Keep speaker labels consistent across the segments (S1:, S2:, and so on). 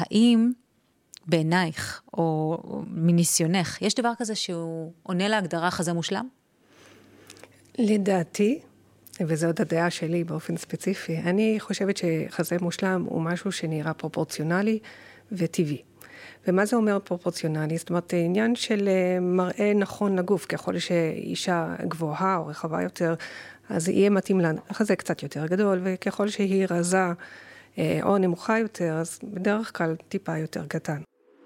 S1: האם בעינייך, או מניסיונך, יש דבר כזה שהוא עונה להגדרה חזה מושלם?
S2: לדעתי, וזאת הדעה שלי באופן ספציפי, אני חושבת שחזה מושלם הוא משהו שנראה פרופורציונלי וטבעי. ומה זה אומר פרופורציונלי? זאת אומרת, עניין של מראה נכון לגוף, ככל שאישה גבוהה או רחבה יותר, אז יהיה מתאים לה חזה קצת יותר גדול, וככל שהיא רזה או נמוכה יותר, אז בדרך כלל טיפה יותר קטן.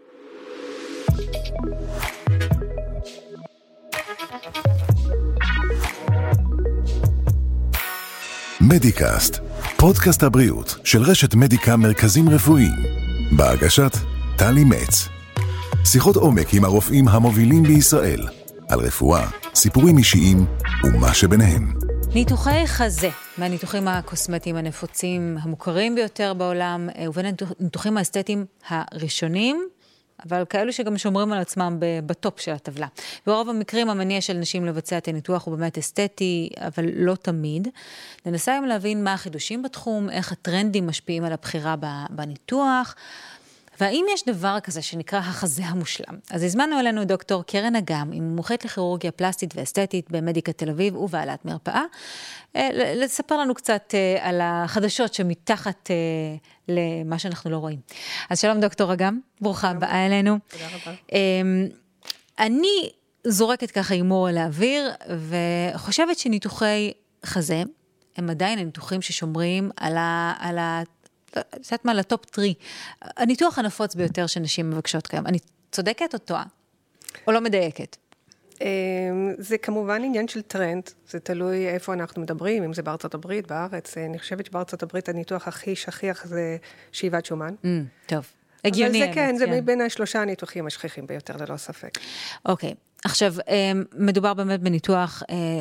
S3: מדיקאסט, פודקאסט הבריאות של רשת מדיקה מרכזים רפואיים, בהגשת טלי מצ. שיחות עומק עם הרופאים המובילים בישראל, על רפואה, סיפורים אישיים ומה שביניהם.
S1: ניתוחי חזה, מהניתוחים הקוסמטיים הנפוצים המוכרים ביותר בעולם, ובין הניתוחים האסתטיים הראשונים, אבל כאלו שגם שומרים על עצמם בטופ של הטבלה. ברוב המקרים המניע של נשים לבצע את הניתוח הוא באמת אסתטי, אבל לא תמיד. ננסה היום להבין מה החידושים בתחום, איך הטרנדים משפיעים על הבחירה בניתוח, והאם יש דבר כזה שנקרא החזה המושלם. אז הזמנו אלינו דוקטור קרן אגם, היא מומחית לכירורגיה פלסטית ואסתטית במדיקה תל אביב ובעלת מרפאה, לספר לנו קצת על החדשות שמתחת למה שאנחנו לא רואים. אז שלום דוקטור אגם, ברוכה הבאה אלינו.
S2: תודה רבה.
S1: אני זורקת ככה הימור על האוויר, וחושבת שניתוחי חזה הם עדיין הניתוחים ששומרים על קצת מה לטופ 3, הניתוח הנפוץ ביותר שנשים מבקשות כיום. אני צודקת או טועה? או לא מדייקת?
S2: זה כמובן עניין של טרנד, זה תלוי איפה אנחנו מדברים, אם זה בארצות הברית, בארץ. אני חושבת שבארצות הברית הניתוח הכי שכיח זה שאיבת שומן.
S1: טוב, הגיוני.
S2: אבל זה כן, זה מבין השלושה הניתוחים השכיחים ביותר, ללא ספק.
S1: אוקיי, עכשיו, מדובר באמת בניתוח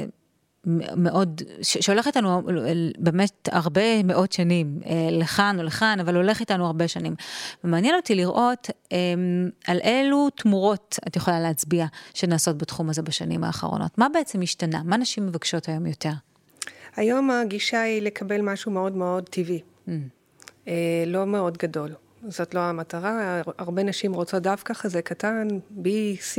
S1: מאוד, שהולך איתנו באמת הרבה מאות שנים, לכאן או לכאן, אבל הולך איתנו הרבה שנים. ומעניין אותי לראות על אילו תמורות את יכולה להצביע שנעשות בתחום הזה בשנים האחרונות. מה בעצם השתנה? מה נשים מבקשות היום יותר?
S2: היום הגישה היא לקבל משהו מאוד מאוד טבעי. לא מאוד גדול. זאת לא המטרה. הרבה נשים רוצות דווקא חזה קטן, B, C,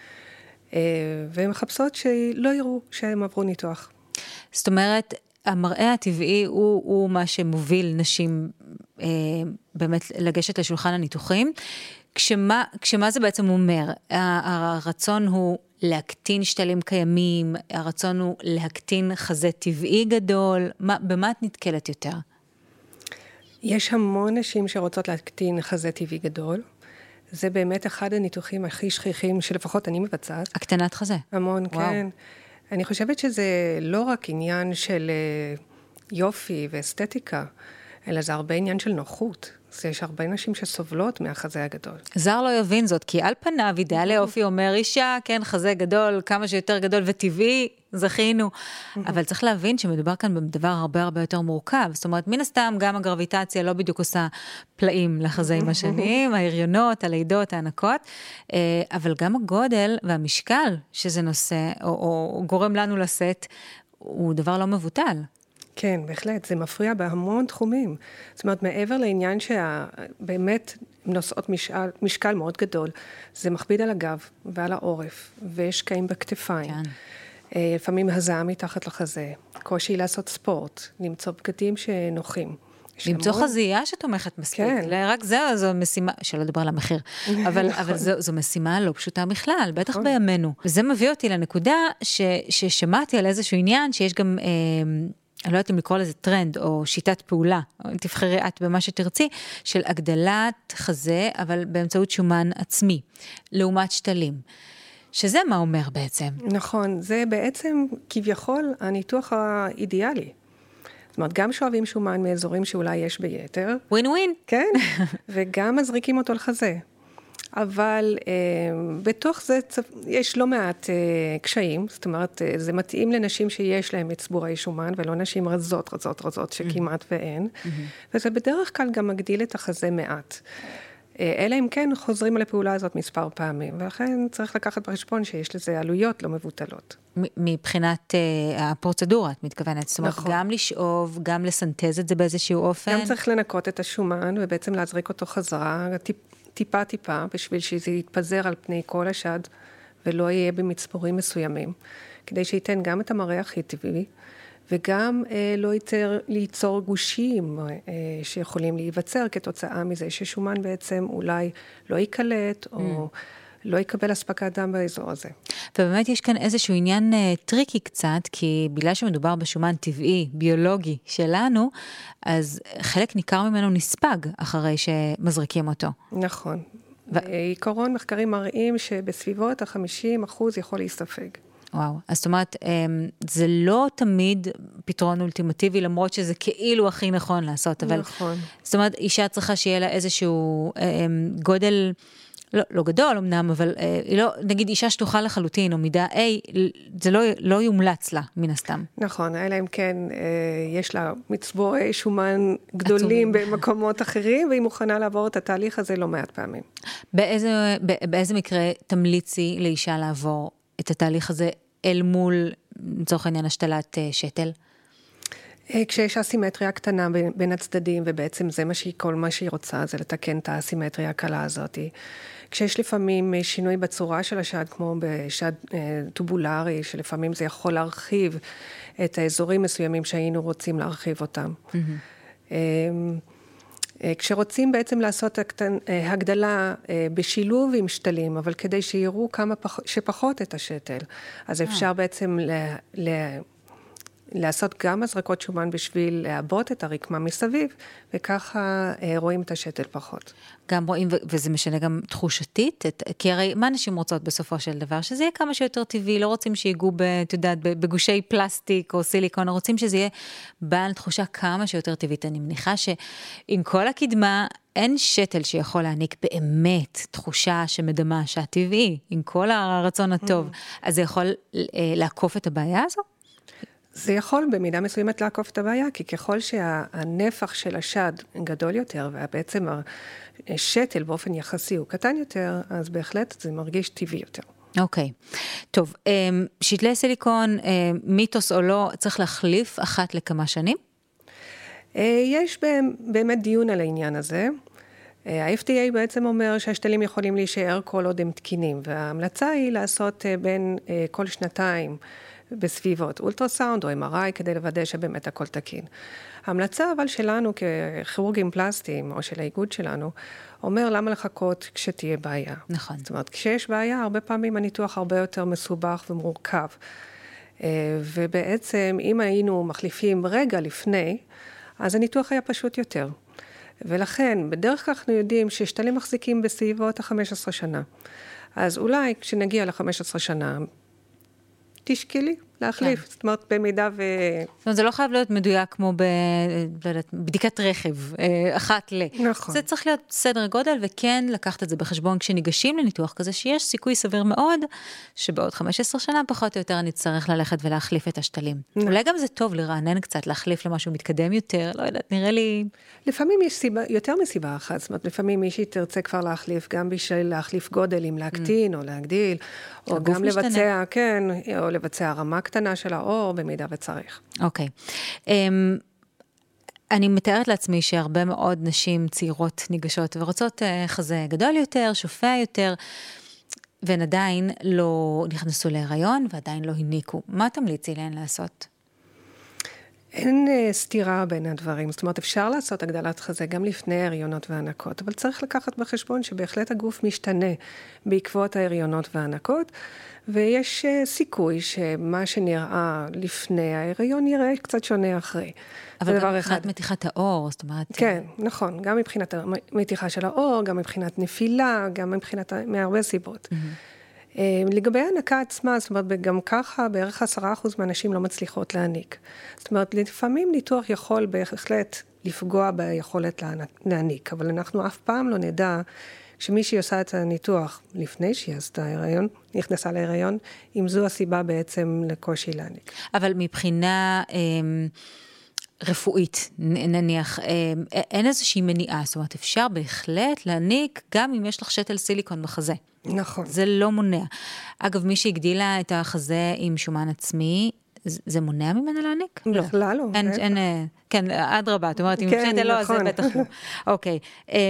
S2: והן מחפשות שלא יראו שהם עברו ניתוח.
S1: זאת אומרת, המראה הטבעי הוא מה שמוביל נשים באמת לגשת לשולחן הניתוחים. כשמה זה בעצם אומר? הרצון הוא להקטין שתלים קיימים, הרצון הוא להקטין חזה טבעי גדול, במה את נתקלת יותר? יש
S2: המון נשים שרוצות להקטין חזה טבעי גדול, זה באמת אחד הניתוחים הכי שכיחים שלפחות אני מבצעת.
S1: הקטנת חזה.
S2: המון, כן. אני חושבת שזה לא רק עניין של יופי ואסתטיקה, אלא זה הרבה עניין של נוחות. יש הרבה נשים שסובלות מהחזה הגדול.
S1: זר לא יבין זאת, כי על פניו אידיאל היופי אומר אישה, כן, חזה גדול, כמה שיותר גדול וטבעי, זכינו. אבל צריך להבין שמדובר כאן בדבר הרבה הרבה יותר מורכב. זאת אומרת, מן הסתם גם הגרביטציה לא בדיוק עושה פלאים לחזה עם השנים, ההריונות, הלידות, הענקות, אבל גם הגודל והמשקל שזה נושא, או גורם לנו לשאת, הוא דבר לא מבוטל.
S2: כן, בהחלט, זה מפריע בהמון תחומים. זאת אומרת, מעבר לעניין שבאמת נושאות משקל מאוד גדול, זה מכביד על הגב ועל העורף, ויש קעים בכתפיים. כן. לפעמים הזעה מתחת לחזה, קושי לעשות ספורט, למצוא בגדים שנוחים.
S1: למצוא חזייה שתומכת מספיק. כן. רק זו משימה, שלא לדבר על המחיר, אבל זו משימה לא פשוטה בכלל, בטח בימינו. וזה מביא אותי לנקודה ששמעתי על איזשהו עניין, שיש גם אני לא יודעת אם לקרוא לזה טרנד או שיטת פעולה, תבחרי את במה שתרצי, של הגדלת חזה, אבל באמצעות שומן עצמי, לעומת שתלים. שזה מה אומר בעצם?
S2: נכון, זה בעצם כביכול הניתוח האידיאלי. זאת אומרת, גם שואבים שומן מאזורים שאולי יש ביתר.
S1: ווין ווין.
S2: כן, וגם מזריקים אותו לחזה. אבל בתוך זה יש לא מעט קשיים, זאת אומרת, זה מתאים לנשים שיש להם את צבורי שומן, ולא נשים רזות שכמעט ואין, וזה בדרך כלל גם מגדיל את החזה מעט. אלא אם כן חוזרים על הפעולה הזאת מספר פעמים, ולכן צריך לקחת בחשבון שיש לזה עלויות לא מבוטלות.
S1: מבחינת הפרוצדורה, את מתכוונת, זאת אומרת,
S2: נכון.
S1: גם לשאוב, גם לסנטז את זה באיזשהו אופן.
S2: גם צריך לנקות את השומן, ובעצם להזריק אותו חזרה, טיפה, בשביל שזה יתפזר על פני כל השד, ולא יהיה במצבורים מסוימים, כדי שייתן גם את המראה הכי טבעי, וגם לא ליצור גושים שיכולים להיווצר כתוצאה מזה ששומן בעצם אולי לא ייקלט או לא יקבל הספקת דם באזור הזה.
S1: ובאמת יש כאן איזשהו עניין טריקי קצת, כי בגלל שמדובר בשומן טבעי, ביולוגי שלנו, אז חלק ניכר ממנו נספג אחרי שמזריקים אותו.
S2: נכון. עיקרון מחקרים מראים שבסביבות ה-50% יכול להסתפג.
S1: וואו, אז זאת אומרת, זה לא תמיד פתרון אולטימטיבי, למרות שזה כאילו הכי נכון לעשות, אבל...
S2: נכון.
S1: זאת אומרת, אישה צריכה שיהיה לה איזשהו גודל, לא גדול אמנם, אבל לא, נגיד אישה שטוחה לחלוטין, או מידה A, זה לא יומלץ לה, מן הסתם.
S2: נכון, אלא אם כן, יש לה מצבורי שומן גדולים במקומות אחרים, והיא מוכנה לעבור את התהליך הזה לא מעט פעמים.
S1: באיזה מקרה תמליצי לאישה לעבור את התהליך הזה אל מול, לצורך העניין, השתלת שתל?
S2: כשיש אסימטריה קטנה בין הצדדים, ובעצם זה כל מה שהיא רוצה, זה לתקן את האסימטריה הקלה הזאת. כשיש לפעמים שינוי בצורה של השד, כמו בשד טובולרי, שלפעמים זה יכול להרחיב את האזורים מסוימים שהיינו רוצים להרחיב אותם. כשרוצים בעצם לעשות הגדלה בשילוב עם שתלים, אבל כדי שיראו כמה שפחות את השתל, אז אפשר בעצם לעשות גם הזרקות שומן בשביל לעבות את הרקמה מסביב, וככה רואים את השתל פחות.
S1: גם רואים, וזה משנה גם תחושתית, כי הרי מה נשים רוצות בסופו של דבר? שזה יהיה כמה שיותר טבעי, לא רוצים שיגעו בגושי פלסטיק או סיליקון, רוצים שזה יהיה בעל תחושה כמה שיותר טבעית. אני מניחה שעם כל הקדמה, אין שתל שיכול להעניק באמת תחושה שמדמה שהטבעי, עם כל הרצון הטוב. אז זה יכול לעקוף את הבעיה הזו?
S2: זה יכול במידה מסוימת לעקוף את הבעיה, כי ככל שהנפח של השד גדול יותר, ובעצם השתל באופן יחסי הוא קטן יותר, אז בהחלט זה מרגיש טבעי יותר.
S1: אוקיי. טוב, שתלי סיליקון, מיתוס או לא, צריך להחליף אחת לכמה שנים?
S2: יש באמת דיון על העניין הזה. ה-FDA בעצם אומר שהשתלים יכולים להישאר כל עוד הם תקינים, וההמלצה היא לעשות בין כל שנתיים, בסביבות אולטרסאונד או MRI כדי לוודא שבאמת הכל תקין. ההמלצה אבל שלנו ככירורגים פלסטיים או של האיגוד שלנו, אומר למה לחכות כשתהיה בעיה.
S1: נכון.
S2: זאת אומרת, כשיש בעיה, הרבה פעמים הניתוח הרבה יותר מסובך ומורכב. ובעצם אם היינו מחליפים רגע לפני, אז הניתוח היה פשוט יותר. ולכן, בדרך כלל אנחנו יודעים ששתלים מחזיקים בסביבות ה-15 שנה. אז אולי כשנגיע ל-15 שנה, תשקלי להחליף, זאת אומרת, במידה ו...
S1: זאת אומרת, זה לא חייב להיות מדויק כמו בבדיקת רכב, אחת ל...
S2: נכון.
S1: זה צריך להיות סדר גודל, וכן לקחת את זה בחשבון כשניגשים לניתוח כזה, שיש סיכוי סביר מאוד, שבעוד 15 שנה פחות או יותר אני צריך ללכת ולהחליף את השתלים. אולי גם זה טוב לרענן קצת, להחליף למשהו מתקדם יותר, לא יודעת, נראה לי...
S2: לפעמים יש סיבה, יותר מסיבה אחת, זאת אומרת, לפעמים מישהי תרצה כבר להחליף, גם בשביל להחליף גודל, אם להקטין או להגדיל, או גם לבצע, כן, או לבצע רמה קטנה של האור, במידה וצריך.
S1: אוקיי. אני מתארת לעצמי שהרבה מאוד נשים צעירות ניגשות ורוצות חזה גדול יותר, שופע יותר, והן עדיין לא נכנסו להיריון ועדיין לא הניקו. מה תמליצי להן לעשות?
S2: אין סתירה בין הדברים, זאת אומרת, אפשר לעשות הגדלת חזה גם לפני הריונות והנקות, אבל צריך לקחת בחשבון שבהחלט הגוף משתנה בעקבות ההריונות והנקות, ויש סיכוי שמה שנראה לפני ההריון יראה קצת שונה אחרי.
S1: אבל גם מבחינת מתיחת האור, זאת אומרת...
S2: כן, נכון, גם מבחינת המתיחה של האור, גם מבחינת נפילה, גם מבחינת מהרבה סיבות. לגבי ההנקה עצמה, זאת אומרת, גם ככה בערך 10% מהנשים לא מצליחות להניק. זאת אומרת, לפעמים ניתוח יכול בהחלט לפגוע ביכולת להניק, אבל אנחנו אף פעם לא נדע שמישהי עושה את הניתוח לפני שהיא עשתה הריון, נכנסה להיריון, אם זו הסיבה בעצם לקושי להניק.
S1: אבל מבחינה... רפואית, נניח, אין איזושהי מניעה, זאת אומרת, אפשר בהחלט להניק גם אם יש לך שתל סיליקון בחזה.
S2: נכון.
S1: זה לא מונע. אגב, מי שהגדילה את החזה עם שומן עצמי, זה מונע ממנה להניק?
S2: בכלל לא.
S1: כן, עד רבה, זאת אומרת, אם שתל לא, זה בטח לא. אוקיי.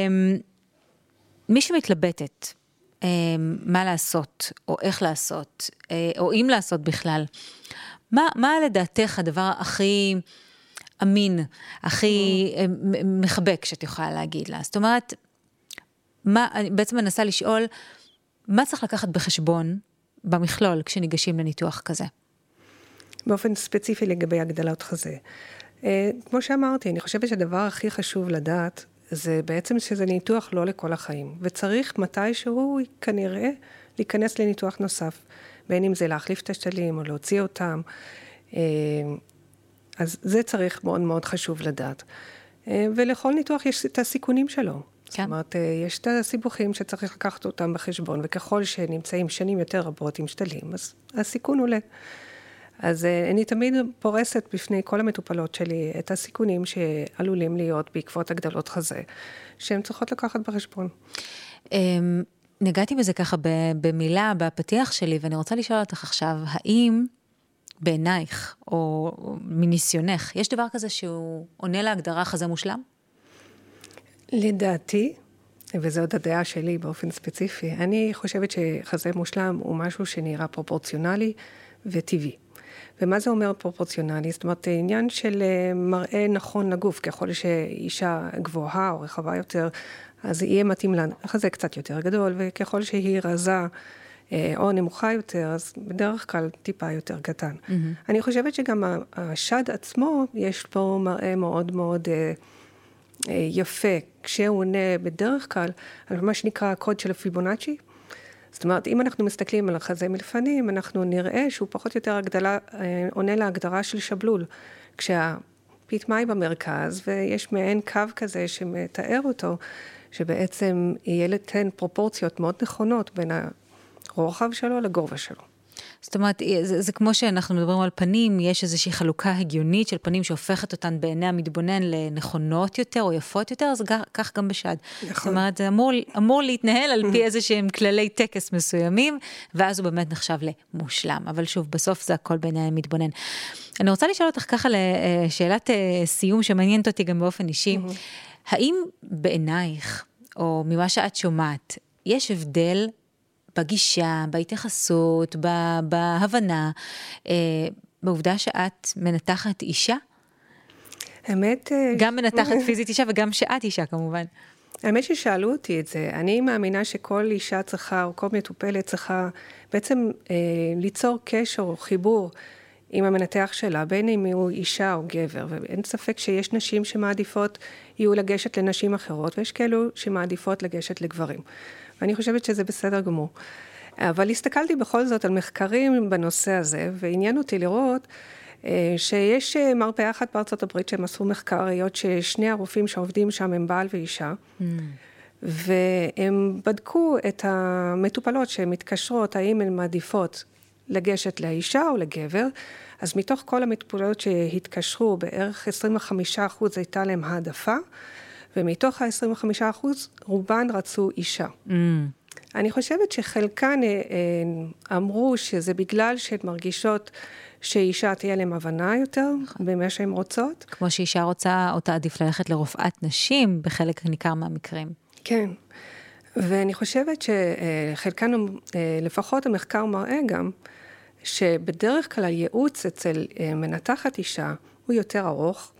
S1: מי שמתלבטת, מה לעשות, או איך לעשות, או אם לעשות בכלל, מה לדעתך הדבר הכי אמין, הכי מחבק שאת יכולה להגיד לה? זאת אומרת, אני בעצם מנסה לשאול, מה צריך לקחת בחשבון במכלול כשניגשים לניתוח כזה?
S2: באופן ספציפי לגבי הגדלות חזה. כמו שאמרתי, אני חושבת שהדבר הכי חשוב לדעת, זה בעצם שזה ניתוח לא לכל החיים, וצריך מתישהו כנראה להיכנס לניתוח נוסף, בין אם זה להחליף את השתלים או להוציא אותם, אז זה צריך מאוד מאוד חשוב לדעת. ולכל ניתוח יש את הסיכונים שלו. כן. זאת אומרת, יש את הסיבוכים שצריך לקחת אותם בחשבון, וככל שנמצאים שנים יותר רבות עם שתלים, אז הסיכון עולה. אז אני תמיד פורסת בפני כל המטופלות שלי את הסיכונים שעלולים להיות בעקבות הגדלות חזה, שהן צריכות לקחת בחשבון.
S1: נגעתי בזה ככה במילה, בפתיח שלי, ואני רוצה לשאול אותך עכשיו, האם בעינייך, או מניסיונך, יש דבר כזה שהוא עונה להגדרה חזה מושלם?
S2: לדעתי, וזו עוד הדעה שלי באופן ספציפי, אני חושבת שחזה מושלם הוא משהו שנראה פרופורציונלי וטבעי. ומה זה אומר פרופורציונלי? זאת אומרת, עניין של מראה נכון לגוף, ככל שאישה גבוהה או רחבה יותר, אז יהיה מתאים לה, החזה קצת יותר גדול, וככל שהיא רזה או נמוכה יותר, אז בדרך כלל טיפה יותר קטן. אני חושבת שגם השד עצמו, יש פה מראה מאוד מאוד יפה, כשהוא עונה בדרך כלל, על מה שנקרא הקוד של הפיבונאצ'י. זאת אומרת, אם אנחנו מסתכלים על החזה מלפנים, אנחנו נראה שהוא פחות או יותר עונה להגדרה של שבלול, כשהפיטמה היא במרכז, ויש מעין קו כזה שמתאר אותו, שבעצם יהיה לתן פרופורציות מאוד נכונות בין הרוחב שלו לגובה שלו.
S1: זאת אומרת, זה כמו שאנחנו מדברים על פנים, יש איזושהי חלוקה הגיונית של פנים שהופכת אותן בעיני המתבונן לנכונות יותר או יפות יותר, אז כך גם בשד. נכון. זאת אומרת, זה אמור להתנהל על פי איזשהם כללי טקס מסוימים, ואז הוא באמת נחשב למושלם. אבל שוב, בסוף זה הכל בעיני המתבונן. אני רוצה לשאול אותך ככה לשאלת סיום שמעניינת אותי גם באופן אישי. האם בעינייך, או ממה שאת שומעת, יש הבדל בגישה, בהתייחסות, בהבנה, בעובדה שאת מנתחת אישה?
S2: האמת...
S1: גם מנתחת פיזית אישה וגם שאת אישה כמובן.
S2: האמת ששאלו אותי את זה. אני מאמינה שכל אישה צריכה, או כל מטופלת צריכה, בעצם ליצור קשר או חיבור עם המנתח שלה, בין אם הוא אישה או גבר. ואין ספק שיש נשים שמעדיפות יהיו לגשת לנשים אחרות, ויש כאלו שמעדיפות לגשת לגברים. ואני חושבת שזה בסדר גמור. אבל הסתכלתי בכל זאת על מחקרים בנושא הזה, ועניין אותי לראות שיש מרפאה אחת בארצות הברית שהם עשו מחקר, היות ששני הרופאים שעובדים שם הם בעל ואישה, והם בדקו את המטופלות שמתקשרות, האם הן מעדיפות לגשת לאישה או לגבר, אז מתוך כל המטופלות שהתקשרו, בערך 25% הייתה להם העדפה, ומתוך ה-25% רובן רצו אישה. אני חושבת שחלקן אמרו שזה בגלל שהן מרגישות שאישה תהיה להם הבנה יותר במה שהן רוצות.
S1: כמו שאישה רוצה אותה עדיף ללכת לרופאת נשים בחלק ניכר מהמקרים.
S2: כן, ואני חושבת שחלקן, לפחות המחקר מראה גם, שבדרך כלל הייעוץ אצל מנתחת אישה הוא יותר ארוך,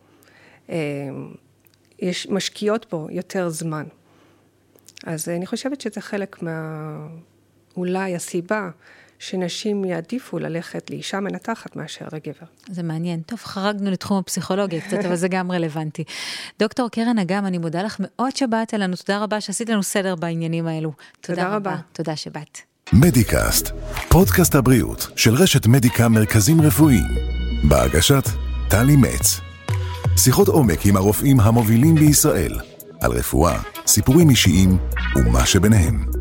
S2: יש משקיעות פה יותר זמן. אז אני חושבת שזה חלק אולי הסיבה שנשים יעדיפו ללכת לאישה מנתחת מאשר לגבר.
S1: זה מעניין. טוב, חרגנו לתחום הפסיכולוגיה קצת, אבל זה גם רלוונטי. דוקטור קרן אגם, אני מודה לך מאוד שבאת אלינו. תודה רבה שעשית לנו סדר בעניינים האלו.
S2: תודה רבה.
S1: תודה שבאת.
S3: מדיקאסט, פודקאסט הבריאות של רשת מדיקה מרכזים רפואיים. בהגשת טלי מצ. שיחות עומק עם הרופאים המובילים בישראל. על רפואה, סיפורים אישיים ומה שביניהם.